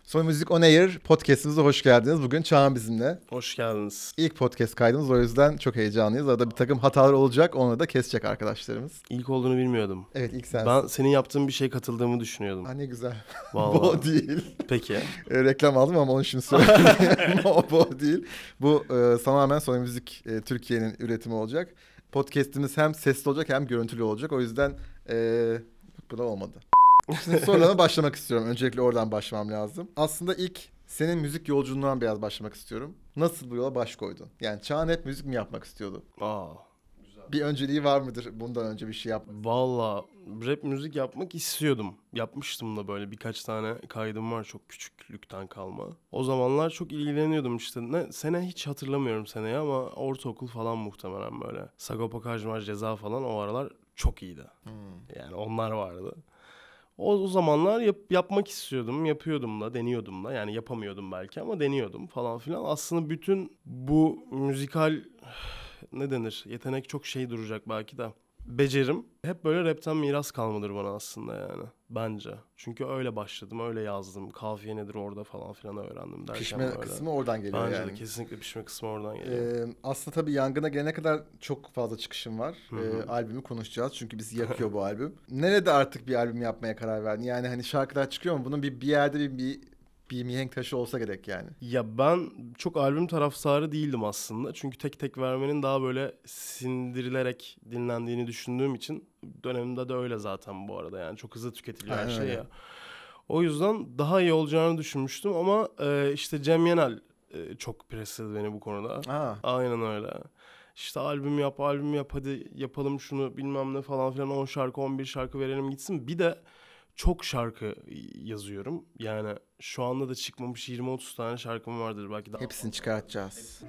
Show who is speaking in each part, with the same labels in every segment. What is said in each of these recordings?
Speaker 1: Sony Music On Air podcast'imize hoş geldiniz. Bugün Çağan bizimle.
Speaker 2: Hoş geldiniz.
Speaker 1: İlk podcast kaydımız, o yüzden çok heyecanlıyız. Arada bir takım hatalar olacak, onu da kesecek arkadaşlarımız.
Speaker 2: İlk olduğunu bilmiyordum.
Speaker 1: Evet, ilk sensin.
Speaker 2: Ben senin yaptığın bir şey katıldığımı düşünüyordum.
Speaker 1: Ha, ne güzel.
Speaker 2: Vallahi.
Speaker 1: Bu o değil.
Speaker 2: Peki.
Speaker 1: Reklam aldım ama onun için söyleyeyim. Bu o değil. Bu tamamen Sony Music Türkiye'nin üretimi olacak. Podcast'imiz hem sesli olacak hem görüntülü olacak. O yüzden bu da olmadı. Şimdi sorularına başlamak istiyorum. Öncelikle oradan başlamam lazım. Aslında ilk senin müzik yolculuğundan biraz başlamak istiyorum. Nasıl bu yola baş koydun? Yani Çağan hep müzik mi yapmak istiyordu? Bir önceliği var mıdır? Bundan önce bir şey yapmak.
Speaker 2: Vallahi rap müzik yapmak istiyordum. Yapmıştım da böyle birkaç tane kaydım var çok küçüklükten kalma. O zamanlar çok ilgileniyordum işte. Ne sene hiç hatırlamıyorum seneyi ama ortaokul falan muhtemelen böyle. Sagopa Kajmer, Ceza falan o aralar çok iyiydi. Yani onlar vardı. O zamanlar yapmak istiyordum, yapıyordum da, deniyordum da. Yani yapamıyordum belki ama deniyordum falan filan. Aslında bütün bu müzikal ne denir? Yetenek çok şey duracak belki de. Becerim hep böyle rapten miras kalmadır bana aslında yani. Bence. Çünkü öyle başladım, öyle yazdım. Kafiye nedir orada falan filan öğrendim derken
Speaker 1: Pişme
Speaker 2: böyle.
Speaker 1: kısmı oradan geliyor
Speaker 2: Bence
Speaker 1: yani.
Speaker 2: de kesinlikle pişme kısmı oradan geliyor.
Speaker 1: Aslında tabii Yangın'a gelene kadar çok fazla çıkışım var. Albümü konuşacağız çünkü bizi yakıyor bu albüm. Nerede artık bir albüm yapmaya karar verdin? Yani hani şarkılar çıkıyor mu? Bunun bir yerde bir mihenk taşı olsa gerek yani.
Speaker 2: Ya ben çok albüm taraftarı değildim aslında. Çünkü tek tek vermenin daha böyle sindirilerek dinlendiğini düşündüğüm için döneminde de öyle zaten bu arada yani çok hızlı tüketiliyor her
Speaker 1: Aynen
Speaker 2: şey
Speaker 1: öyle.
Speaker 2: ya. O yüzden daha iyi olacağını düşünmüştüm ama işte Cem Yenal çok presledi beni bu konuda.
Speaker 1: Aa,
Speaker 2: Aynen öyle. İşte albüm yap hadi yapalım şunu bilmem ne falan filan 10 şarkı 11 şarkı verelim gitsin. Bir de çok şarkı yazıyorum. Yani şu anda da çıkmamış 20-30 tane şarkım vardır belki daha
Speaker 1: hepsini çıkartacağız.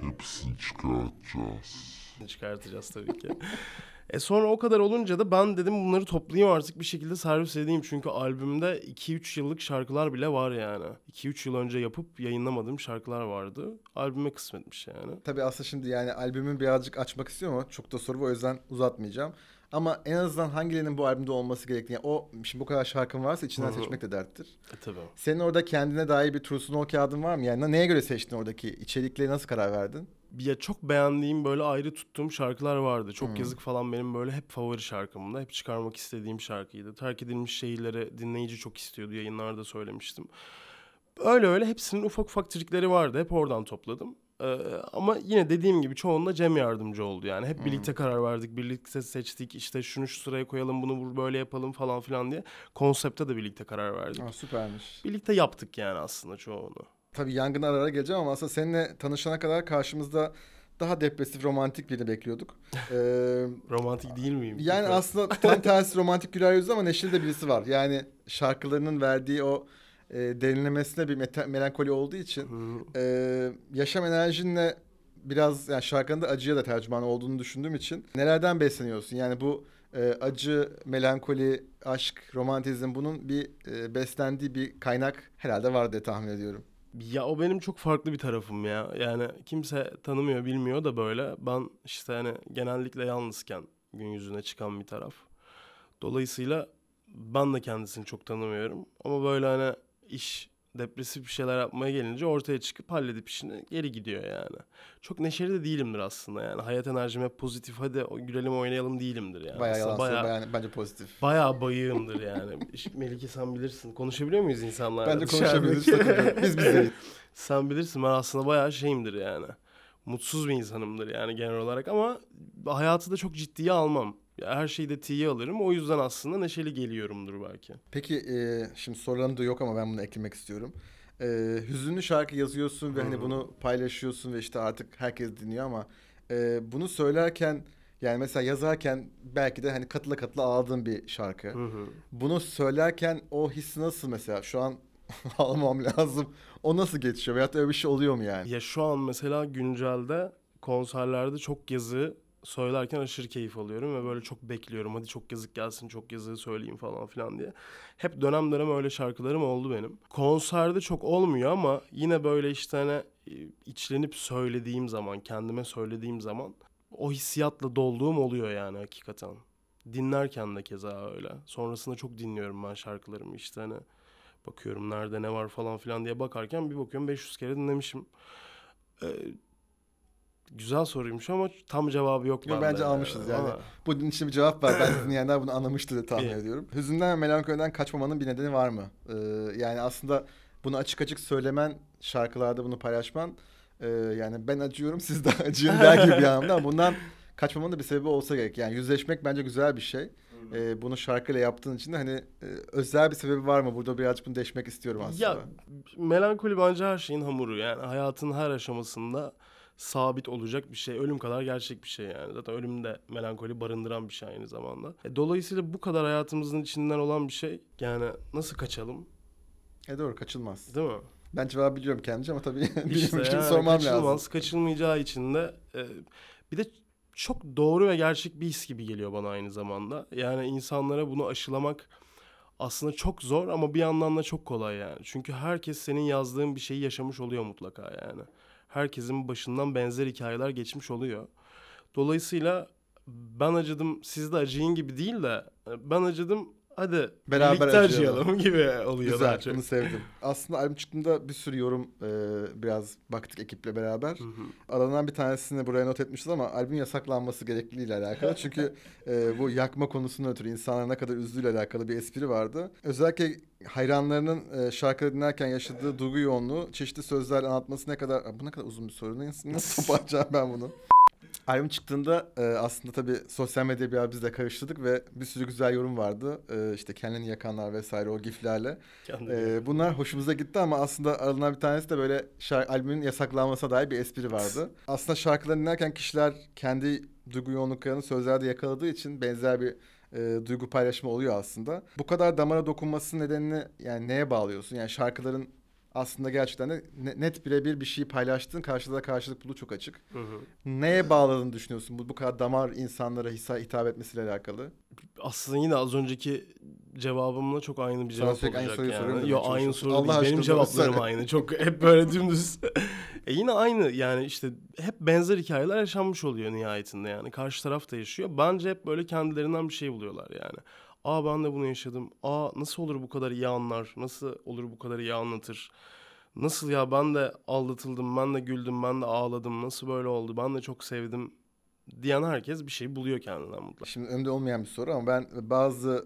Speaker 2: çıkartacağız tabii ki. Sonra o kadar olunca da ben dedim bunları toplayayım artık bir şekilde servis edeyim. Çünkü albümde 2-3 yıllık şarkılar bile var yani. 2-3 yıl önce yapıp yayınlamadığım şarkılar vardı. Albüme kısmetmiş yani.
Speaker 1: Tabii aslında şimdi yani albümü birazcık açmak istiyorum ama çok da soru var, o yüzden uzatmayacağım. Ama en azından hangilerinin bu albümde olması gerektiğini, yani şimdi bu kadar şarkın varsa içinden seçmek de derttir.
Speaker 2: Tabii.
Speaker 1: Senin orada kendine dair bir tursunol kağıdın var mı? Yani neye göre seçtin oradaki içerikleri, nasıl karar verdin?
Speaker 2: Ya çok beğendiğim böyle ayrı tuttuğum şarkılar vardı. Çok Yazık falan benim böyle hep favori şarkımda. Hep çıkarmak istediğim şarkıydı. Terk edilmiş şehirleri dinleyici çok istiyordu. Yayınlarda söylemiştim. Öyle hepsinin ufak ufak trikleri vardı. Hep oradan topladım. Ama yine dediğim gibi çoğunda Cem yardımcı oldu yani. Hep birlikte karar verdik, birlikte seçtik. İşte şunu şu sıraya koyalım, bunu böyle yapalım falan filan diye. Konsepte de birlikte karar verdik.
Speaker 1: Aa, süpermiş.
Speaker 2: Birlikte yaptık yani aslında çoğunu.
Speaker 1: Tabii Yangın'a ara ara geleceğim ama aslında seninle tanışana kadar karşımızda daha depresif, romantik birini bekliyorduk.
Speaker 2: Romantik değil miyim?
Speaker 1: Yani aslında tam tersi romantik güler yüzlü ama neşeli de birisi var. Yani şarkılarının verdiği o derinlemesine bir melankoli olduğu için yaşam enerjinle biraz, yani şarkının da acıya da tercüman olduğunu düşündüğüm için nelerden besleniyorsun? Yani bu acı, melankoli, aşk, romantizm, bunun bir beslendiği bir kaynak herhalde var diye tahmin ediyorum.
Speaker 2: Ya o benim çok farklı bir tarafım ya. Yani kimse tanımıyor, bilmiyor da böyle. Ben işte hani genellikle yalnızken gün yüzüne çıkan bir taraf. Dolayısıyla ben de kendisini çok tanımıyorum. Ama böyle hani iş, depresif bir şeyler yapmaya gelince ortaya çıkıp halledip işini geri gidiyor yani. Çok neşeli de değilimdir aslında yani. Hayat enerjim hep pozitif, hadi gülelim oynayalım değilimdir yani.
Speaker 1: Bayağı
Speaker 2: Aslında
Speaker 1: yalan söylüyor, bayağı bence pozitif.
Speaker 2: bayağı bayığımdır yani. Melike sen bilirsin. Konuşabiliyor muyuz insanlarla?
Speaker 1: Bence konuşabiliriz. Biz bizeyiz.
Speaker 2: Sen bilirsin, ben aslında bayağı şeyimdir yani. Mutsuz bir insanımdır yani genel olarak ama hayatı da çok ciddiye almam. Her şeyi de tiye alırım. O yüzden aslında neşeli geliyorumdur belki.
Speaker 1: Peki şimdi sorularım da yok ama ben bunu eklemek istiyorum. Hüzünlü şarkı yazıyorsun ve hani bunu paylaşıyorsun ve işte artık herkes dinliyor ama bunu söylerken, yani mesela yazarken belki de hani katıla katıla ağladığın bir şarkı. Bunu söylerken o his nasıl mesela? Şu an ağlamam lazım. O nasıl geçiyor? Veyahut da öyle bir şey oluyor mu yani?
Speaker 2: Ya şu an mesela güncelde konserlerde çok yazı söylerken aşırı keyif alıyorum ve böyle çok bekliyorum. Hadi çok yazık gelsin, çok yazı söyleyeyim falan filan diye. Hep dönem dönem öyle şarkılarım oldu benim. Konserde çok olmuyor ama yine böyle işte hani içlenip söylediğim zaman, kendime söylediğim zaman o hissiyatla dolduğum oluyor yani hakikaten. Dinlerken de keza öyle. Sonrasında çok dinliyorum ben şarkılarımı işte hani Bakıyorum nerede ne var falan filan diye bakarken bir bakıyorum 500 kere dinlemişim. Ee, Güzel soruymuş ama tam cevabı yok
Speaker 1: Yo,
Speaker 2: bende.
Speaker 1: bence almışız yani.
Speaker 2: Ama
Speaker 1: Bunun için bir cevap var. Bence dinleyenler bunu anlamıştır diye tahmin
Speaker 2: bir-
Speaker 1: ediyorum. Hüzünden ve melankoliden kaçmamanın bir nedeni var mı? Yani aslında bunu açık açık söylemen, şarkılarda bunu paylaşman, yani ben acıyorum siz de acıyın der gibi bir anlamda, ama bundan kaçmamanın da bir sebebi olsa gerek. Yani yüzleşmek bence güzel bir şey. Bunu şarkıyla yaptığın için de hani özel bir sebebi var mı? Burada birazcık bunu deşmek istiyorum
Speaker 2: Ya
Speaker 1: aslında.
Speaker 2: melankoli bence her şeyin hamuru, yani hayatın her aşamasında sabit olacak bir şey. Ölüm kadar gerçek bir şey yani. Zaten ölüm de melankoli barındıran bir şey aynı zamanda. Dolayısıyla bu kadar hayatımızın içinden olan bir şey. Yani nasıl kaçalım?
Speaker 1: Doğru, kaçılmaz.
Speaker 2: Değil mi?
Speaker 1: Ben cevabı biliyorum kendimce ama tabii
Speaker 2: İşte
Speaker 1: bilmiyorum, için
Speaker 2: yani
Speaker 1: sormam lazım.
Speaker 2: kaçılmaz, kaçılmayacağı için de bir de çok doğru ve gerçek bir his gibi geliyor bana aynı zamanda. Yani insanlara bunu aşılamak aslında çok zor ama bir yandan da çok kolay yani. Çünkü herkes senin yazdığın bir şeyi yaşamış oluyor mutlaka yani. Herkesin başından benzer hikayeler geçmiş oluyor. Dolayısıyla ben acıdım siz de acıyın gibi değil de ben acıdım hadi
Speaker 1: Beraber
Speaker 2: birlikte
Speaker 1: acıyalım.
Speaker 2: acıyalım gibi oluyor daha
Speaker 1: Güzel,
Speaker 2: çok.
Speaker 1: bunu sevdim. Aslında albüm çıktığında bir sürü yorum, biraz baktık ekiple beraber.
Speaker 2: Hı hı.
Speaker 1: Aralarından bir tanesini buraya not etmişiz ama albüm yasaklanması gerekliliğiyle alakalı. Çünkü bu yakma konusundan ötürü insanlar ne kadar üzdüğüyle alakalı bir espri vardı. Özellikle hayranlarının şarkıları dinlerken yaşadığı duygu yoğunluğu, çeşitli sözlerle anlatması ne kadar... Bu ne kadar uzun bir soru. Nasıl toparlayacağım ben bunu? Albüm çıktığında aslında tabii sosyal medya biraz biz de karıştırdık ve bir sürü güzel yorum vardı. İşte kendini yakanlar vesaire, o giflerle.
Speaker 2: Kendini yakın.
Speaker 1: Bunlar hoşumuza gitti ama aslında aralarından bir tanesi de böyle albümün yasaklanmasına dair bir espri vardı. Aslında şarkıları dinlerken kişiler kendi duygu yoğunluklarını sözlerde yakaladığı için benzer bir duygu paylaşımı oluyor aslında. Bu kadar damara dokunmasının nedenini yani neye bağlıyorsun? Yani şarkıların aslında gerçekten de net birebir bir şeyi paylaştığın, karşılığa karşılık bulduğu çok açık.
Speaker 2: Hı hı.
Speaker 1: Neye bağladığını düşünüyorsun? Bu kadar damar insanlara hitap etmesiyle alakalı.
Speaker 2: Aslında yine az önceki cevabımla çok aynı bir
Speaker 1: Sana
Speaker 2: cevap
Speaker 1: sürekli aynı
Speaker 2: olacak
Speaker 1: soruyu soruyorum
Speaker 2: yani.
Speaker 1: demeye
Speaker 2: Yo, aynı
Speaker 1: çalışıyorsun.
Speaker 2: soru
Speaker 1: Allah
Speaker 2: değil. Benim
Speaker 1: aşkına doğru
Speaker 2: cevaplarım
Speaker 1: söyle.
Speaker 2: aynı. Çok hep böyle dümdüz. Yine aynı yani, işte hep benzer hikayeler yaşanmış oluyor nihayetinde yani. Karşı taraf da yaşıyor. Bence hep böyle kendilerinden bir şey buluyorlar yani. Aa, ben de bunu yaşadım. Aa, nasıl olur bu kadar iyi anlar? Nasıl olur bu kadar iyi anlatır? Nasıl ya, ben de aldatıldım, ben de güldüm, ben de ağladım. Nasıl böyle oldu? Ben de çok sevdim diyen herkes bir şey buluyor kendinden mutlaka.
Speaker 1: Şimdi önümde olmayan bir soru ama ben bazı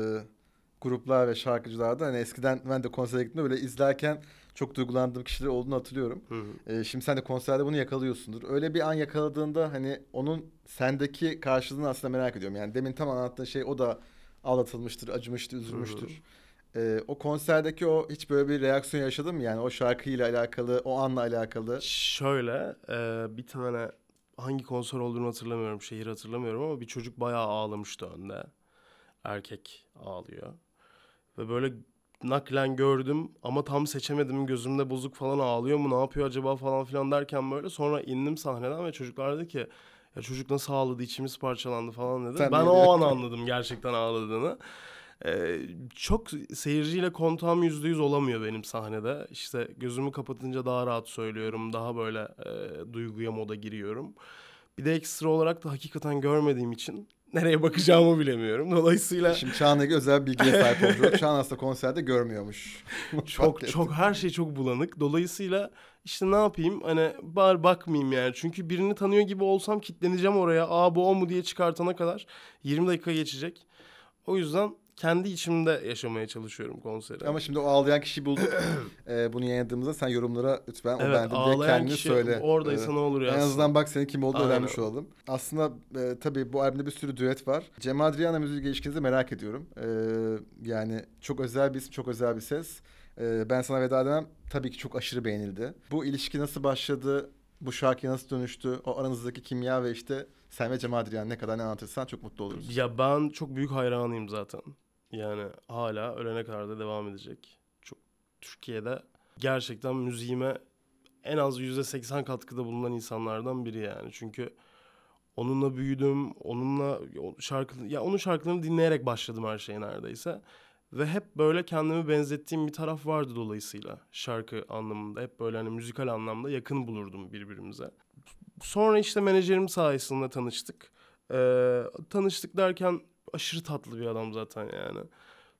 Speaker 1: gruplar ve şarkıcılarda hani eskiden ben de konsere gittiğimde böyle izlerken çok duygulandığım kişiler olduğunu hatırlıyorum.
Speaker 2: Hı hı.
Speaker 1: Şimdi sen de konserde bunu yakalıyorsundur. Öyle bir an yakaladığında hani onun sendeki karşılığını aslında merak ediyorum. Yani demin tam anlattığın şey, o da aldatılmıştır, acımıştır,
Speaker 2: Hı hı.
Speaker 1: üzülmüştür. O konserdeki o hiç böyle bir reaksiyon yaşadın mı? Yani o şarkıyla alakalı, o anla alakalı.
Speaker 2: Şöyle bir tane, hangi konser olduğunu hatırlamıyorum, şehir hatırlamıyorum ama bir çocuk bayağı ağlamıştı önde. Erkek ağlıyor. Ve böyle naklen gördüm ama tam seçemedim, gözümde bozuk falan, ağlıyor mu ne yapıyor acaba falan filan derken böyle sonra indim sahneden ve çocuklar dedi ki ya çocuk nasıl ağladı, içimiz parçalandı falan dedi.
Speaker 1: Sen
Speaker 2: Ben
Speaker 1: niye
Speaker 2: o
Speaker 1: diye.
Speaker 2: an anladım gerçekten ağladığını. Çok seyirciyle kontağım %100 olamıyor benim sahnede. İşte gözümü kapatınca daha rahat söylüyorum. Daha böyle duyguya, moda giriyorum. Bir de ekstra olarak da hakikaten görmediğim için nereye bakacağımı bilemiyorum. Dolayısıyla
Speaker 1: Şimdi Çağan'a özel bir bilgiye sahip olacak. Çağan aslında konserde görmüyormuş. Fark
Speaker 2: çok
Speaker 1: ettim.
Speaker 2: çok her şey çok bulanık. Dolayısıyla işte ne yapayım? Hani bari bakmayayım yani. Çünkü birini tanıyor gibi olsam kitleneceğim oraya. Aa, bu o mu diye çıkartana kadar 20 dakika geçecek. O yüzden kendi içimde yaşamaya çalışıyorum konseri.
Speaker 1: Ama şimdi o ağlayan kişiyi bulduk. Bunu yayınladığımızda sen yorumlara lütfen o
Speaker 2: Evet,
Speaker 1: bendim diye
Speaker 2: ağlayan
Speaker 1: kendini
Speaker 2: kişi
Speaker 1: söyle.
Speaker 2: oradaysa ne olur
Speaker 1: En
Speaker 2: yazsın.
Speaker 1: azından bak senin kim olduğunu
Speaker 2: Aynen.
Speaker 1: öğrenmiş olalım. Aslında tabii bu albümde bir sürü düet var. Cem Adriana müzik ilişkinizi merak ediyorum. Yani çok özel bir isim, çok özel bir ses. Ben sana veda edemem. Tabii ki çok aşırı beğenildi. Bu ilişki nasıl başladı? Bu şarkıya nasıl dönüştü? O aranızdaki kimya ve işte sen ve Cem Adrian ne kadar ne anlatırsan çok mutlu oluruz.
Speaker 2: Ya ben çok büyük hayranıyım zaten. Yani hala ölene kadar da devam edecek. Çok Türkiye'de gerçekten müziğime en az %80 katkıda bulunan insanlardan biri yani. Çünkü onunla büyüdüm, onunla onun şarkılarını dinleyerek başladım her şeye neredeyse. Ve hep böyle kendimi benzettiğim bir taraf vardı dolayısıyla şarkı anlamında. Hep böyle hani müzikal anlamda yakın bulurdum birbirimize. Sonra işte menajerim sayesinde tanıştık. Tanıştık derken aşırı tatlı bir adam zaten yani.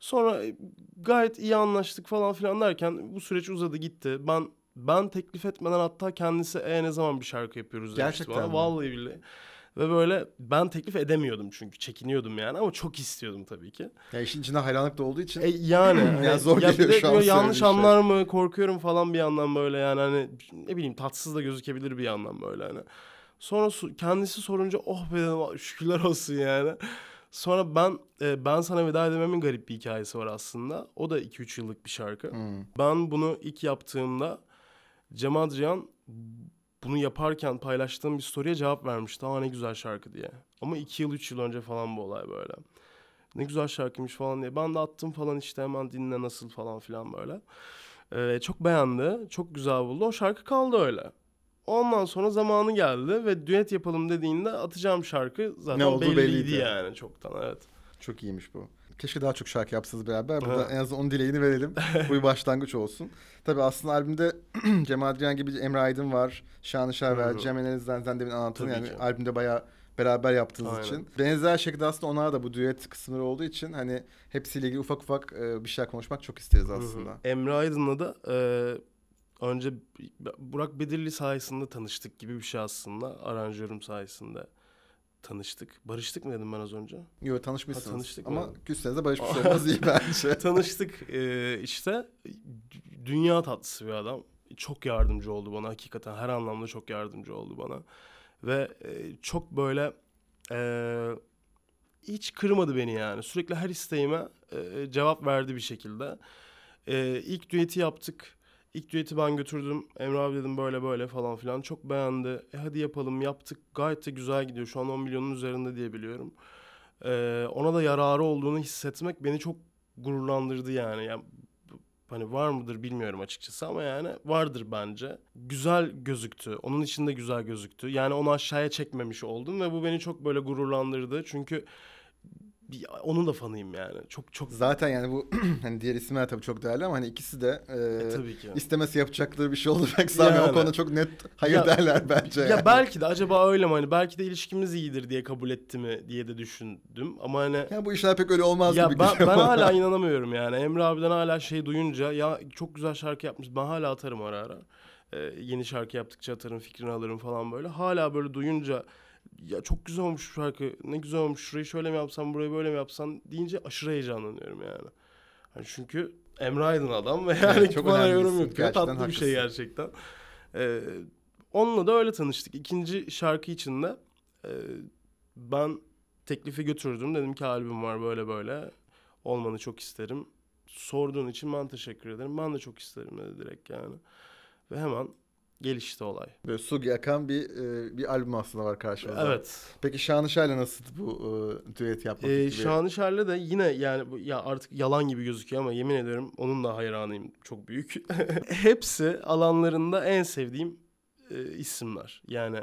Speaker 2: Sonra gayet iyi anlaştık falan filan derken bu süreç uzadı gitti. Ben teklif etmeden hatta kendisi ne zaman bir şarkı yapıyoruz demişti
Speaker 1: Gerçekten
Speaker 2: bana.
Speaker 1: mi?
Speaker 2: Vallahi billahi. Ve böyle ben teklif edemiyordum çünkü çekiniyordum yani ama çok istiyordum tabii ki.
Speaker 1: Ya işin içinde hayranlık da olduğu için
Speaker 2: Yani
Speaker 1: yani
Speaker 2: hani
Speaker 1: zor
Speaker 2: ya bir
Speaker 1: geliyor
Speaker 2: de
Speaker 1: şu an
Speaker 2: diyor yanlış
Speaker 1: söylediğin şey.
Speaker 2: anlar mı korkuyorum falan bir yandan böyle yani hani ne bileyim tatsız da gözükebilir bir yandan böyle hani. Sonra kendisi sorunca oh be dedim şükürler olsun yani. Sonra ben sana veda edememin garip bir hikayesi var aslında. O da 2-3 yıllık bir şarkı.
Speaker 1: Hmm.
Speaker 2: Ben bunu ilk yaptığımda Cem Adrian bunu yaparken paylaştığım bir story'e cevap vermişti. Aa ne güzel şarkı diye. Ama 2 yıl 3 yıl önce falan bu olay böyle. Ne güzel şarkıymış falan diye. Ben de attım falan işte hemen dinle nasıl falan filan böyle. Çok beğendi. Çok güzel buldu. O şarkı kaldı öyle. Ondan sonra zamanı geldi ve düet yapalım dediğinde atacağım şarkı
Speaker 1: Ne
Speaker 2: zaten
Speaker 1: olduğu
Speaker 2: belliydi
Speaker 1: belliydi.
Speaker 2: yani çoktan evet.
Speaker 1: Çok iyiymiş bu. Keşke daha çok şarkı yapsanız beraber. Burada
Speaker 2: Ha.
Speaker 1: en azından onun dileğini verelim. Bu bir başlangıç olsun. Tabii aslında albümde Cem Adrian gibi Emre Aydın var. Şanışer var.
Speaker 2: Hı.
Speaker 1: Cem Ereniz'den sen demin anlattın.
Speaker 2: Tabii
Speaker 1: Yani
Speaker 2: ki.
Speaker 1: albümde bayağı beraber yaptığınız
Speaker 2: Aynen.
Speaker 1: için. Benzer şekilde aslında onlar da bu düet kısımları olduğu için hani hepsiyle ilgili ufak ufak bir şeyler konuşmak çok isteriz aslında.
Speaker 2: Emre Aydın'la da önce Burak Bedirli sayesinde tanıştık gibi bir şey aslında. Aranjörüm sayesinde tanıştık. Barıştık mı dedim ben az önce?
Speaker 1: Yo
Speaker 2: Ha,
Speaker 1: tanışmışsınız
Speaker 2: tanıştık
Speaker 1: ama
Speaker 2: mı?
Speaker 1: küsseniz de barışmış olmaz iyi bence.
Speaker 2: Tanıştık işte. Dünya tatlısı bir adam. Çok yardımcı oldu bana hakikaten. Her anlamda çok yardımcı oldu bana. Ve çok böyle e, hiç kırmadı beni yani. Sürekli her isteğime cevap verdi bir şekilde. İlk düeti yaptık. İlk düeti ben götürdüm. Emre abi dedim böyle böyle falan filan. Çok beğendi. Hadi yapalım yaptık. Gayet de güzel gidiyor. Şu an 10 milyonun üzerinde diye biliyorum. Ona da yararı olduğunu hissetmek beni çok gururlandırdı yani. Hani var mıdır bilmiyorum açıkçası ama yani vardır bence. Güzel gözüktü. Onun için de güzel gözüktü. Yani onu aşağıya çekmemiş oldum ve bu beni çok böyle gururlandırdı. Çünkü onun da fanıyım yani. Çok çok
Speaker 1: Zaten yani bu hani diğer isimler tabii çok değerli ama hani ikisi de
Speaker 2: tabii ki.
Speaker 1: istemesi yapacakları bir şey olur pek sanmıyorum. O
Speaker 2: Yani.
Speaker 1: konuda çok net hayır
Speaker 2: Ya,
Speaker 1: derler bence
Speaker 2: ya
Speaker 1: yani.
Speaker 2: belki de acaba öyle mi hani belki de ilişkimiz iyidir diye kabul etti mi diye de düşündüm ama hani
Speaker 1: Ya bu işler pek öyle olmaz gibi
Speaker 2: ya ben,
Speaker 1: geliyor
Speaker 2: ben hala
Speaker 1: bana.
Speaker 2: inanamıyorum yani Emre abiden hala şey duyunca ya çok güzel şarkı yapmış ben hala atarım ara ara. Yeni şarkı yaptıkça atarım fikrini alırım falan böyle hala böyle duyunca ya çok güzel olmuş şu şarkı ne güzel olmuş şurayı şöyle mi yapsam burayı böyle mi yapsam deyince aşırı heyecanlanıyorum yani. Hani çünkü Emre Aydın adam ve yani
Speaker 1: Evet, çok
Speaker 2: bana
Speaker 1: önemli bir
Speaker 2: yorum
Speaker 1: isim.
Speaker 2: yapıyor
Speaker 1: Gerçekten
Speaker 2: tatlı bir şey
Speaker 1: haklısın.
Speaker 2: gerçekten. Ee, Onunla da öyle tanıştık. İkinci şarkı için de e, ben teklifi götürdüm. Dedim ki albüm var böyle böyle. Olmanı çok isterim. Sorduğun için ben teşekkür ederim. Ben de çok isterim dedi direkt yani. Ve hemen gelişti olay.
Speaker 1: Böyle su yakan bir albüm aslında var karşımızda.
Speaker 2: Evet.
Speaker 1: Peki Şanışer'le nasıl bu düet yapma fikri?
Speaker 2: Şanışer'le de yine yani ya artık yalan gibi gözüküyor ama yemin ediyorum onun da hayranıyım çok büyük. Hepsi alanlarında en sevdiğim isimler. Yani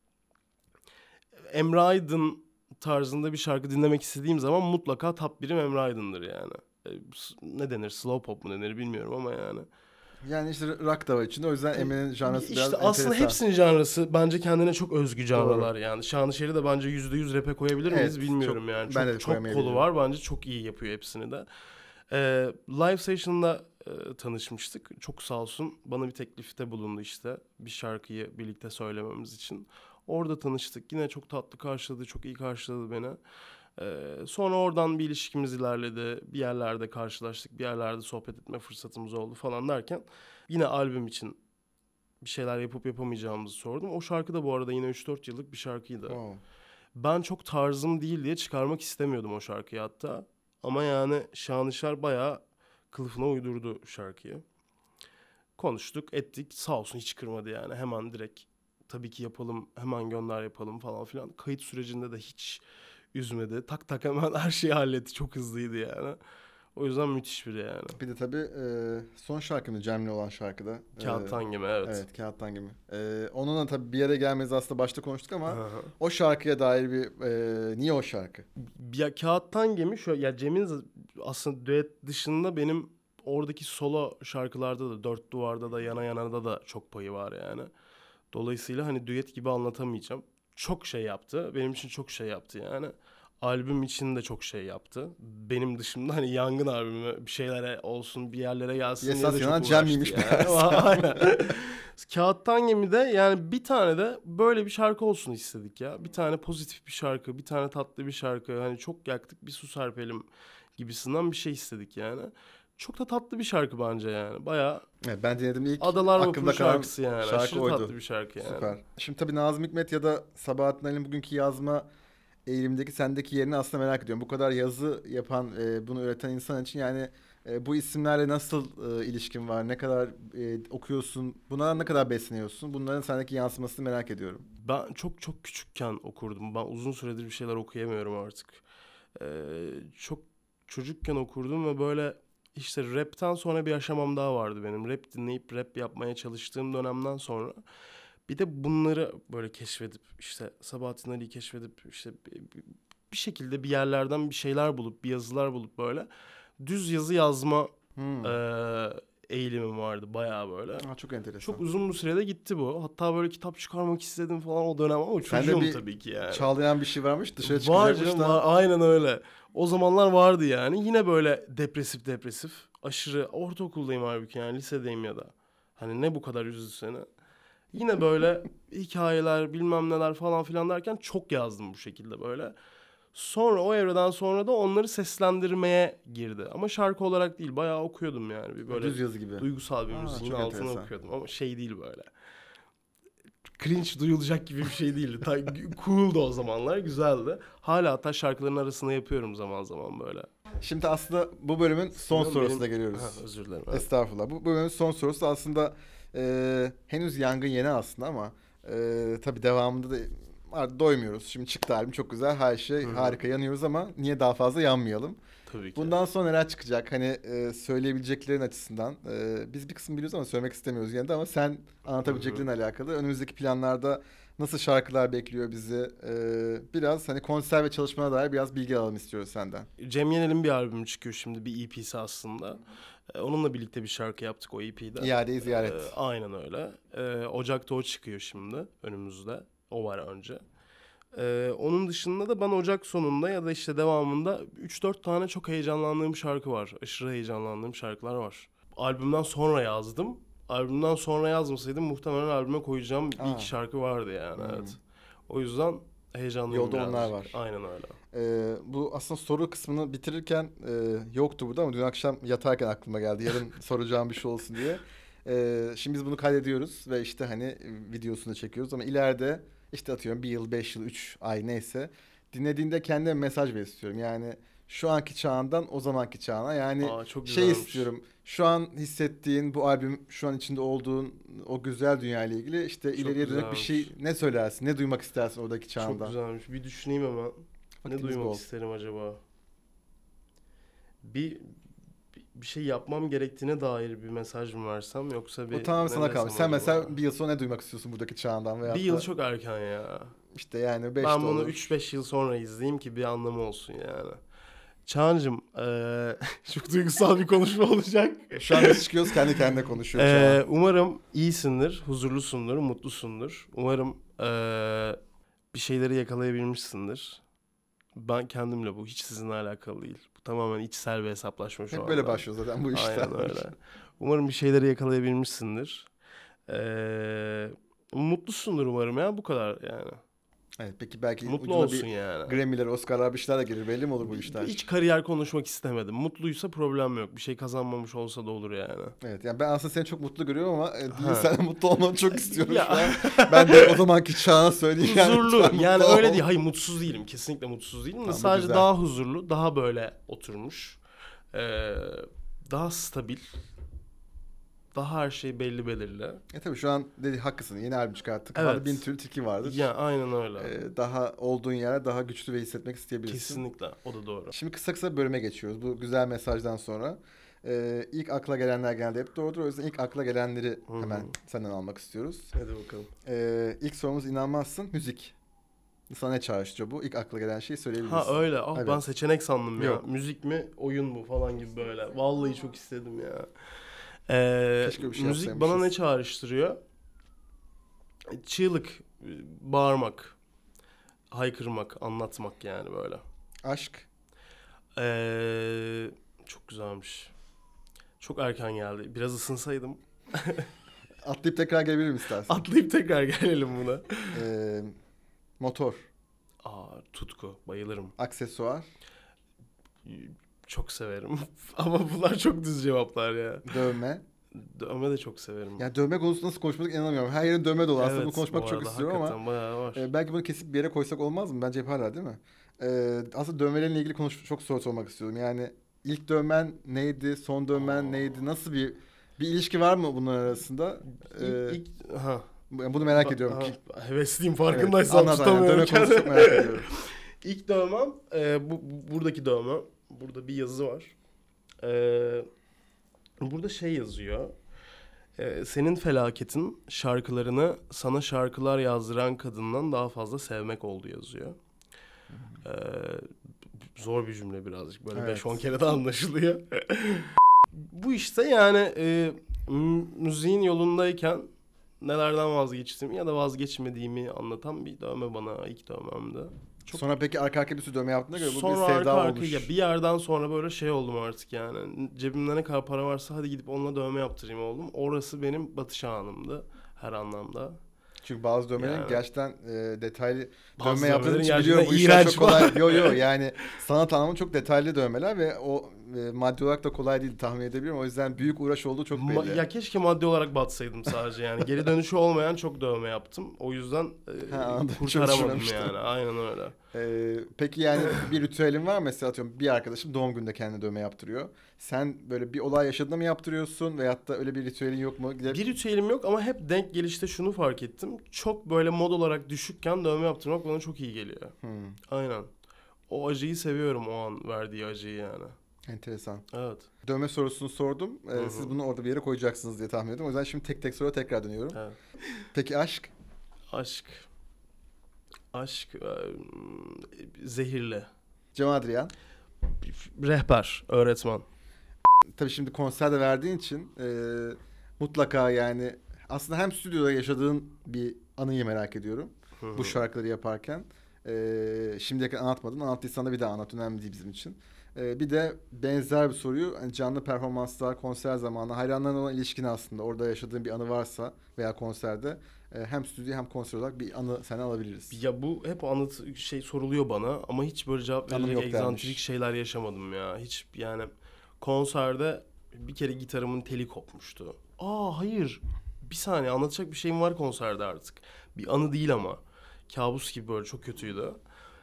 Speaker 2: Emre Aydın tarzında bir şarkı dinlemek istediğim zaman mutlaka top 1'im Emre Aydın'dır yani. Ne denir? Slow pop mu denir bilmiyorum ama yani.
Speaker 1: Yani işte rock da var içinde o yüzden Emre'nin janrası
Speaker 2: İşte
Speaker 1: biraz
Speaker 2: aslında
Speaker 1: enteresan.
Speaker 2: hepsinin janrası bence kendine çok özgü
Speaker 1: Doğru.
Speaker 2: janralar yani. Şanışer'i de bence %100 rap'e koyabilir miyiz
Speaker 1: Evet,
Speaker 2: bilmiyorum
Speaker 1: çok
Speaker 2: yani.
Speaker 1: ben de
Speaker 2: Çok çok kolu
Speaker 1: koyamayabilirim.
Speaker 2: var bence çok iyi yapıyor hepsini de. Live Session'da tanışmıştık. Çok sağ olsun bana bir teklifte bulundu işte bir şarkıyı birlikte söylememiz için. Orada tanıştık. Yine çok tatlı karşıladı, çok iyi karşıladı beni. Sonra oradan bir ilişkimiz ilerledi. Bir yerlerde karşılaştık, bir yerlerde sohbet etme fırsatımız oldu falan derken yine albüm için bir şeyler yapıp yapamayacağımızı sordum. O şarkı da bu arada yine 3-4 yıllık bir şarkıydı.
Speaker 1: Wow.
Speaker 2: Ben çok tarzım değil diye çıkarmak istemiyordum o şarkıyı hatta. Ama yani Şanışer bayağı kılıfına uydurdu şarkıyı. Konuştuk, ettik. Sağ olsun hiç kırmadı yani. Hemen direkt tabii ki yapalım, hemen gönder yapalım falan filan. Kayıt sürecinde de hiç üzmedi. Tak tak hemen her şeyi halletti. Çok hızlıydı yani. O yüzden müthiş biri yani.
Speaker 1: Bir de tabii son şarkımız Cem'le olan şarkıda.
Speaker 2: Kağıttan gibi evet.
Speaker 1: Evet, Kağıttan gibi. Onunla tabii bir yere gelmeyiz aslında başta konuştuk ama
Speaker 2: Hı hı.
Speaker 1: o şarkıya dair niye o şarkı?
Speaker 2: Ya Kağıttan Gemi şu ya Cem'in aslında düet dışında benim oradaki solo şarkılarda da Dört Duvarda da Yana Yana'da da çok payı var yani. Dolayısıyla hani düet gibi anlatamayacağım. Çok şey yaptı. Benim için çok şey yaptı yani. albüm için de çok şey yaptı. Benim dışımda hani Yangın albümü bir şeylere olsun, bir yerlere gelsin diye
Speaker 1: Esas
Speaker 2: de çok
Speaker 1: yanan
Speaker 2: uğraştı
Speaker 1: Cem miymiş
Speaker 2: yani.
Speaker 1: meğerse.
Speaker 2: Aynen. Kağıttan Gemi'de yani bir tane de böyle bir şarkı olsun istedik ya. Bir tane pozitif bir şarkı, bir tane tatlı bir şarkı. Hani çok yaktık bir su serpelim gibisinden bir şey istedik yani. Çok da tatlı bir şarkı bence yani. Bayağı
Speaker 1: Evet, ben dinledim ilk
Speaker 2: Adalar Vapuru
Speaker 1: aklımda kalan
Speaker 2: şarkısı yani.
Speaker 1: şarkı
Speaker 2: Aşırı
Speaker 1: oydu.
Speaker 2: tatlı bir şarkı yani.
Speaker 1: Süper. Şimdi tabii Nazım Hikmet ya da Sabahattin Ali'nin bugünkü yazma eğilimdeki sendeki yerini aslında merak ediyorum. Bu kadar yazı yapan, bunu üreten insan için yani bu isimlerle nasıl ilişkin var? Ne kadar okuyorsun? Buna ne kadar besleniyorsun? Bunların sendeki yansımasını merak ediyorum.
Speaker 2: Ben çok çok küçükken okurdum. Ben uzun süredir bir şeyler okuyamıyorum artık. Çok çocukken okurdum ve böyle işte rapten sonra bir aşamam daha vardı benim. Rap dinleyip rap yapmaya çalıştığım dönemden sonra bir de bunları böyle keşfedip işte Sabahattin Ali'yi keşfedip işte bir şekilde bir yerlerden bir şeyler bulup bir yazılar bulup böyle düz yazı yazma
Speaker 1: Hmm.
Speaker 2: eee eğilimim vardı bayağı böyle.
Speaker 1: Aa, çok enteresan.
Speaker 2: Çok uzun bir sürede gitti bu. Hatta böyle kitap çıkarmak istedim falan o dönem ama
Speaker 1: Sende
Speaker 2: çocuğum
Speaker 1: bir
Speaker 2: tabii ki yani.
Speaker 1: çağlayan bir şey varmış, dışarı
Speaker 2: Var
Speaker 1: çıkacakmış
Speaker 2: canım
Speaker 1: da.
Speaker 2: var. Aynen öyle. O zamanlar vardı yani. Yine böyle depresif depresif. Aşırı ortaokuldayım halbuki yani lisedeyim ya da. Hani ne bu kadar üzdü seni. Yine böyle hikayeler bilmem neler falan filan derken çok yazdım bu şekilde böyle. Sonra o evreden sonra da onları seslendirmeye girdi. Ama şarkı olarak değil bayağı okuyordum yani. Bir böyle
Speaker 1: Düz yazı gibi.
Speaker 2: duygusal bir
Speaker 1: Aa,
Speaker 2: müziğin
Speaker 1: çok
Speaker 2: altına
Speaker 1: enteresan.
Speaker 2: okuyordum. Ama şey değil böyle. Cringe duyulacak gibi bir şey değildi. Cool'du o zamanlar. Güzeldi. Hala hatta şarkıların arasında yapıyorum zaman zaman böyle.
Speaker 1: Şimdi aslında bu bölümün son
Speaker 2: Benim-
Speaker 1: sorusuna
Speaker 2: Ha,
Speaker 1: geliyoruz.
Speaker 2: özür dilerim. Evet.
Speaker 1: Estağfurullah. Bu bölümün son sorusu aslında henüz yangın yeni aslında ama tabii devamında da doymuyoruz. Şimdi çıktı albüm çok güzel, her şey
Speaker 2: Hı-hı.
Speaker 1: harika, yanıyoruz ama niye daha fazla yanmayalım?
Speaker 2: Tabii ki.
Speaker 1: Bundan sonra neler çıkacak? Hani söyleyebileceklerin açısından biz bir kısım biliyoruz ama söylemek istemiyoruz yine de ama sen anlatabileceklerin alakalı. Önümüzdeki planlarda nasıl şarkılar bekliyor bizi? Biraz hani konser ve çalışmana dair biraz bilgi alalım istiyoruz senden.
Speaker 2: Cem Yenel'in bir albümü çıkıyor şimdi. Bir EP'si aslında. Onunla birlikte bir şarkı yaptık o EP'de.
Speaker 1: İadeyi ziyaret.
Speaker 2: Aynen öyle. Ocak'ta o çıkıyor şimdi önümüzde. O var önce. Onun dışında da ben Ocak sonunda ya da işte devamında 3-4 tane çok heyecanlandığım şarkı var. Aşırı heyecanlandığım şarkılar var. Albümden sonra yazdım. Albümden sonra yazmasaydım muhtemelen albüme koyacağım bir
Speaker 1: Aa.
Speaker 2: iki şarkı vardı yani.
Speaker 1: Hmm.
Speaker 2: Evet. O yüzden heyecanlıyım
Speaker 1: Yolda onlar
Speaker 2: birazcık.
Speaker 1: var.
Speaker 2: Aynen öyle.
Speaker 1: Bu aslında soru kısmını bitirirken yoktu burada ama dün akşam yatarken aklıma geldi. Yarın soracağım bir şey olsun diye. Şimdi biz bunu kaydediyoruz ve işte hani videosunu çekiyoruz ama ileride işte atıyorum bir yıl, 5 yıl, 3 ay neyse dinlediğinde kendime mesaj ver istiyorum. Yani şu anki çağından o zamanki çağına yani
Speaker 2: Çok
Speaker 1: şey
Speaker 2: güzelmiş.
Speaker 1: istiyorum. Şu an hissettiğin bu albüm, şu an içinde olduğun o güzel dünya ile ilgili işte
Speaker 2: Çok
Speaker 1: ileriye dönük bir şey
Speaker 2: güzelmiş.
Speaker 1: ne söylersin, ne duymak istersin oradaki
Speaker 2: Çok
Speaker 1: çağında.
Speaker 2: güzelmiş. Bir düşüneyim hemen. Ne
Speaker 1: Vaktimiz
Speaker 2: duymak
Speaker 1: bol.
Speaker 2: isterim acaba? Bir şey yapmam gerektiğine dair bir mesaj mı versem yoksa
Speaker 1: O
Speaker 2: bir
Speaker 1: tamamen
Speaker 2: ne
Speaker 1: sana kalmış.
Speaker 2: desem
Speaker 1: Sen
Speaker 2: acaba?
Speaker 1: mesela bir yıl sonra ne duymak istiyorsun buradaki çağından
Speaker 2: Bir
Speaker 1: veyahut
Speaker 2: yıl
Speaker 1: da
Speaker 2: çok erken ya.
Speaker 1: işte yani 5
Speaker 2: Ben
Speaker 1: de
Speaker 2: bunu
Speaker 1: olur.
Speaker 2: 3-5 yıl sonra izleyeyim ki bir anlamı olsun yani. Çağancığım, çok duygusal bir konuşma olacak.
Speaker 1: Şu an biz çıkıyoruz kendi kendine konuşuyoruz şu an.
Speaker 2: Umarım iyisindir, huzurlusundur, mutlusundur. Umarım bir şeyleri yakalayabilmişsindir. Ben kendimle bu hiç sizinle alakalı değil. Bu tamamen içsel bir hesaplaşma şu
Speaker 1: Hep
Speaker 2: anda.
Speaker 1: böyle başlıyor zaten bu işler.
Speaker 2: Aynen öyle. Umarım bir şeyleri yakalayabilmişsindir. Mutlusundur umarım ya bu kadar yani.
Speaker 1: Evet, peki belki
Speaker 2: Mutlu
Speaker 1: ucuna
Speaker 2: olsun
Speaker 1: bir
Speaker 2: yani.
Speaker 1: Grammy'ler, Oscar'lar bir şeyler de gelir belli mi olur bu işler?
Speaker 2: Hiç kariyer konuşmak istemedim. Mutluysa problem yok. Bir şey kazanmamış olsa da olur yani.
Speaker 1: Evet yani ben aslında seni çok mutlu görüyorum ama değil
Speaker 2: Ha.
Speaker 1: sen mutlu olmanı çok istiyorum
Speaker 2: Ya.
Speaker 1: şu an. Ben de o zamanki çağına söyleyeyim yani.
Speaker 2: Huzurlu.
Speaker 1: lütfen
Speaker 2: Yani
Speaker 1: mutlu
Speaker 2: öyle
Speaker 1: ol.
Speaker 2: değil. Hayır mutsuz değilim. Kesinlikle mutsuz değilim. De
Speaker 1: Tamam, bu
Speaker 2: sadece
Speaker 1: güzel.
Speaker 2: daha huzurlu. Daha böyle oturmuş. Daha stabil. Daha her şey belli belirli.
Speaker 1: Tabii şu an haklısın. Yeni albüm çıkarttık.
Speaker 2: Evet.
Speaker 1: Kafada bin türlü tilki vardır.
Speaker 2: Ya aynen öyle.
Speaker 1: Daha olduğun yere daha güçlü ve hissetmek isteyebilirsin.
Speaker 2: Kesinlikle. O da doğru.
Speaker 1: Şimdi kısa kısa bölüme geçiyoruz. Bu güzel mesajdan sonra. İlk akla gelenler genelde hep doğrudur. O yüzden ilk akla gelenleri hemen senden almak istiyoruz.
Speaker 2: Hadi bakalım.
Speaker 1: İlk sorumuz inanmazsın. Müzik. Sana ne çağrıştırıyor bu? İlk akla gelen şeyi söyleyebilirsin.
Speaker 2: Ha öyle.
Speaker 1: Evet.
Speaker 2: Ben seçenek sandım ya.
Speaker 1: Yok.
Speaker 2: Müzik mi, oyun mu falan gibi böyle. Vallahi çok istedim ya.
Speaker 1: Keşke bir şey
Speaker 2: Müzik
Speaker 1: yapsaymışız.
Speaker 2: bana ne çağrıştırıyor? Çığlık, bağırmak, haykırmak, anlatmak yani böyle.
Speaker 1: Aşk.
Speaker 2: Çok güzelmiş. Çok erken geldi. Biraz ısınsaydım.
Speaker 1: Atlayıp tekrar gelebilirim istersen.
Speaker 2: Atlayıp tekrar gelelim buna.
Speaker 1: Motor.
Speaker 2: Tutku. Bayılırım.
Speaker 1: Aksesuar.
Speaker 2: Çok severim. Ama bunlar çok düz cevaplar ya.
Speaker 1: Dövme.
Speaker 2: Dövme de çok severim.
Speaker 1: Yani dövme konusunda nasıl konuşmadık inanamıyorum. Her yerin dövme dolu. Aslında
Speaker 2: Evet,
Speaker 1: bunu konuşmak
Speaker 2: bu
Speaker 1: çok
Speaker 2: arada
Speaker 1: istiyorum ama
Speaker 2: hakikaten bayağı var.
Speaker 1: belki bunu kesip bir yere koysak olmaz mı? Bence yaparlar değil mi? Aslında dövmelerinle ilgili çok soru sormak istiyorum. Yani ilk dövmen neydi? Son dövmen neydi? Nasıl bir ilişki var mı bunlar arasında? Bunu merak ediyorum.
Speaker 2: Hevesliyim
Speaker 1: Evet,
Speaker 2: farkındaysan
Speaker 1: anlat aynen.
Speaker 2: tutamıyorum
Speaker 1: Dövme konusunu çok merak ediyorum.
Speaker 2: İlk dövmem buradaki dövme. Burada bir yazı var. Burada şey yazıyor. Senin felaketin şarkılarını sana şarkılar yazdıran kadından daha fazla sevmek oldu yazıyor. Zor bir cümle birazcık. Böyle
Speaker 1: Evet.
Speaker 2: 5-10 kere de anlaşılıyor. Bu işte yani müziğin yolundayken nelerden vazgeçtiğimi ya da vazgeçmediğimi anlatan bir dövme bana ilk dövmemdi.
Speaker 1: Sonra peki arka arkaya bir sürü dövme yaptığına göre bu
Speaker 2: Sonra
Speaker 1: bir sevda
Speaker 2: arka arkaya
Speaker 1: olmuş.
Speaker 2: bir yerden sonra böyle şey oldum artık yani. Cebimde ne kadar para varsa hadi gidip onunla dövme yaptırayım oldum. Orası benim batış anımdı her anlamda.
Speaker 1: Çünkü bazı dövmelerin
Speaker 2: Yani.
Speaker 1: gerçekten detaylı
Speaker 2: Bazı
Speaker 1: dövme yaptığın
Speaker 2: dövmelerin
Speaker 1: için biliyorum bu
Speaker 2: gerçekten
Speaker 1: işler çok kolay.
Speaker 2: iğrenç.
Speaker 1: Yo yani sanat anlamında çok detaylı dövmeler ve o maddi olarak da kolay değil tahmin edebiliyorum. O yüzden büyük uğraş olduğu çok belli.
Speaker 2: Ya keşke maddi olarak batsaydım sadece yani. Geri dönüşü olmayan çok dövme yaptım. O yüzden
Speaker 1: Anladım.
Speaker 2: kurtaramadım
Speaker 1: Çalışmamıştım.
Speaker 2: yani. Aynen öyle.
Speaker 1: Peki yani bir ritüelin var mı? Mesela atıyorum bir arkadaşım doğum gününde kendine dövme yaptırıyor. Sen böyle bir olay yaşadığında mı yaptırıyorsun veyahut da öyle bir ritüelin yok mu?
Speaker 2: Bir ritüelim yok ama hep denk gelişte şunu fark ettim. Çok böyle mod olarak düşükken dövme yaptırmak bana çok iyi geliyor. Aynen. O acıyı seviyorum, o an verdiği acıyı yani.
Speaker 1: Enteresan.
Speaker 2: Evet.
Speaker 1: Dövme sorusunu sordum. Siz bunu orada bir yere koyacaksınız diye tahmin ediyorum. O yüzden şimdi tek tek soruya tekrar dönüyorum.
Speaker 2: Evet.
Speaker 1: Peki aşk?
Speaker 2: Aşk zehirli.
Speaker 1: Cem Adrian.
Speaker 2: Rehber, öğretmen.
Speaker 1: Tabii şimdi konserde verdiğin için mutlaka yani aslında hem stüdyoda yaşadığın bir anıyı merak ediyorum. Bu şarkıları yaparken. Şimdiye kadar anlatmadın. Anlattıysan da bir daha anlat. Önemli değil bizim için. Bir de benzer bir soruyu hani canlı performanslar, konser zamanı, hayranlarına olan ilişkin aslında. Orada yaşadığın bir anı varsa veya konserde hem stüdyo hem konser olarak bir anı senden alabiliriz.
Speaker 2: Ya bu hep soruluyor bana ama hiç böyle cevap
Speaker 1: Anım
Speaker 2: verecek
Speaker 1: yok
Speaker 2: egzantrik
Speaker 1: dermiş.
Speaker 2: şeyler yaşamadım ya. Hiç yani konserde bir kere gitarımın teli kopmuştu. Hayır. Bir saniye anlatacak bir şeyim var konserde artık. Bir anı değil ama. Kabus gibi böyle çok kötüydü.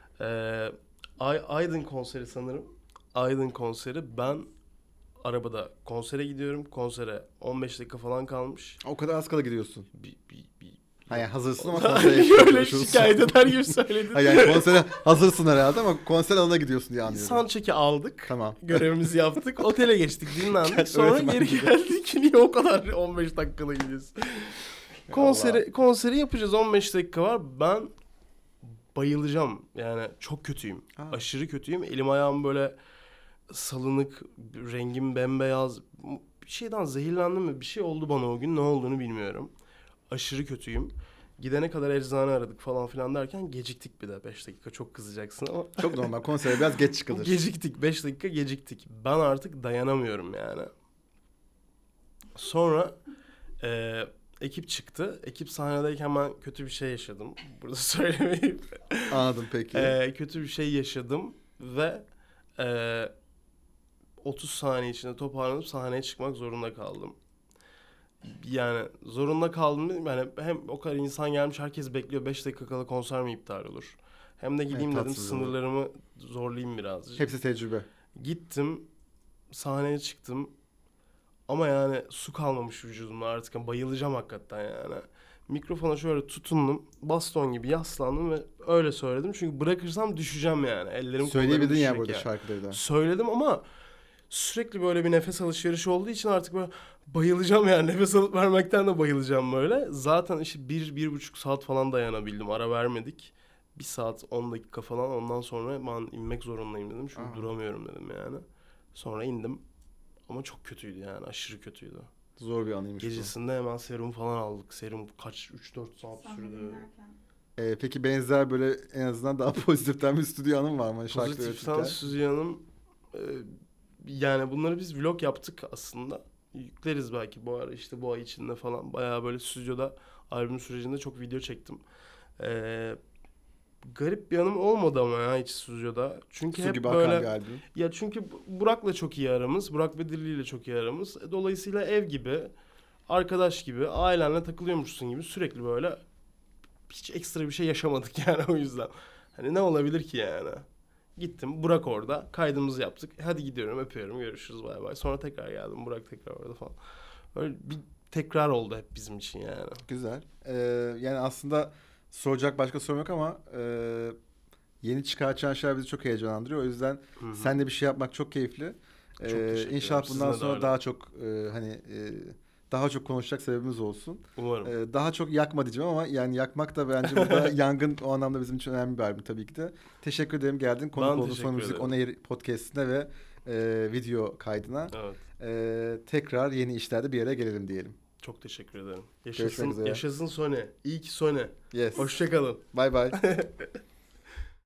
Speaker 2: Aydın konseri sanırım. Aydın konseri. Ben arabada konsere gidiyorum. Konsere 15 dakika falan kalmış.
Speaker 1: O kadar az kala gidiyorsun.
Speaker 2: Bir
Speaker 1: Hayır hazırsın ama konsere
Speaker 2: öyle
Speaker 1: gidiyorsun.
Speaker 2: şikayet eder gibi söyledin.
Speaker 1: Hayır yani konsere hazırsın herhalde ama konser alanına gidiyorsun diye anlıyorum.
Speaker 2: Soundcheck'i aldık.
Speaker 1: Tamam.
Speaker 2: Görevimizi yaptık. Otele geçtik, dinlendik.
Speaker 1: Gerçi
Speaker 2: Sonra
Speaker 1: öğretmen
Speaker 2: geri
Speaker 1: gibi.
Speaker 2: geldik. Niye o kadar 15 dakikada gidiyoruz? Konseri yapacağız. 15 dakika var. Ben bayılacağım. Yani çok kötüyüm. Aşırı kötüyüm. Elim ayağım böyle salınık, rengim bembeyaz. Bir şeyden zehirlendim mi? Bir şey oldu bana o gün. Ne olduğunu bilmiyorum. Aşırı kötüyüm. Gidene kadar eczane aradık falan filan derken geciktik bir de 5 dakika. Çok kızacaksın ama.
Speaker 1: Çok normal. Konsere biraz geç çıkılır.
Speaker 2: Geciktik. 5 dakika geciktik. Ben artık dayanamıyorum yani. Sonra ekip çıktı. Ekip sahnedeyken ben kötü bir şey yaşadım. Burada söylemeyeyim.
Speaker 1: Anladım peki.
Speaker 2: Kötü bir şey yaşadım ve 30 saniye içinde toparlanıp sahneye çıkmak zorunda kaldım. Yani zorunda kaldım dedim. Yani hem o kadar insan gelmiş, herkes bekliyor. 5 dakika kala konser mi iptal olur? Hem de gideyim dedim,
Speaker 1: tatsız olur.
Speaker 2: sınırlarımı zorlayayım birazcık.
Speaker 1: Hepsi tecrübe.
Speaker 2: Gittim, sahneye çıktım. Ama yani su kalmamış vücudumda artık. Yani bayılacağım hakikaten yani. Mikrofona şöyle tutundum. Baston gibi yaslandım ve öyle söyledim. Çünkü bırakırsam düşeceğim yani. Ellerim
Speaker 1: Söyleyebildin ya
Speaker 2: düşecek
Speaker 1: burada
Speaker 2: yani.
Speaker 1: şarkıları da.
Speaker 2: Söyledim ama sürekli böyle bir nefes alışverişi olduğu için artık böyle bayılacağım yani. Nefes alıp vermekten de bayılacağım böyle. Zaten işte 1-1,5 saat falan dayanabildim. Ara vermedik. 1 saat 10 dakika falan, ondan sonra ben inmek zorundayım dedim. Çünkü duramıyorum dedim yani. Sonra indim. Ama çok kötüydü yani, aşırı kötüydü.
Speaker 1: Zor bir anıymış
Speaker 2: Gecesinde hemen serum falan aldık. Serum kaç 3-4 saat sürdü.
Speaker 1: Peki benzer böyle en azından daha pozitiften bir stüdyo anın var mı? Şarkı
Speaker 2: Pozitiften
Speaker 1: üretirken?
Speaker 2: Suzi Hanım, e, yani bunları biz vlog yaptık aslında. Yükleriz belki bu ara, işte bu ay içinde falan. Bayağı böyle stüdyoda albüm sürecinde çok video çektim. E, Garip bir anım olmadı ama ya hiç stüdyoda. Çünkü
Speaker 1: Su gibi
Speaker 2: hep
Speaker 1: akan bir
Speaker 2: böyle,
Speaker 1: albüm.
Speaker 2: ya çünkü Burak'la çok iyi aramız. Burak Bedirli ile çok iyi aramız. Dolayısıyla ev gibi, arkadaş gibi, ailenle takılıyormuşsun gibi sürekli böyle, hiç ekstra bir şey yaşamadık yani o yüzden. Hani ne olabilir ki yani? Gittim, Burak orada, kaydımızı yaptık. Hadi gidiyorum, öpüyorum, görüşürüz, bay bay. Sonra tekrar geldim, Burak tekrar orada falan. Öyle bir tekrar oldu hep bizim için yani.
Speaker 1: Güzel. Yani aslında soracak başka sorum yok ama yeni çıkartacağın şeyler bizi çok heyecanlandırıyor. O yüzden
Speaker 2: Hı hı.
Speaker 1: seninle bir şey yapmak çok keyifli.
Speaker 2: Çok teşekkür ederim.
Speaker 1: İnşallah bundan
Speaker 2: Sizinle de
Speaker 1: sonra
Speaker 2: öyle.
Speaker 1: daha çok daha çok konuşacak sebebimiz olsun.
Speaker 2: Umarım.
Speaker 1: Daha çok yakma diyeceğim ama yani yakmak da bence burada yangın o anlamda bizim için önemli bir albüm tabii ki de. Teşekkür ederim geldin. Konuk
Speaker 2: Ben
Speaker 1: oldun Sony
Speaker 2: teşekkür
Speaker 1: Müzik On
Speaker 2: ederim.
Speaker 1: Air podcast'ine ve video kaydına.
Speaker 2: Evet.
Speaker 1: Tekrar yeni işlerde bir yere gelelim diyelim.
Speaker 2: Çok teşekkür ederim.
Speaker 1: Görüşmek
Speaker 2: Yaşasın,
Speaker 1: üzere.
Speaker 2: yaşasın Sony. İyi ki Sony.
Speaker 1: Yes.
Speaker 2: Hoşça kalın.
Speaker 1: Bye bye.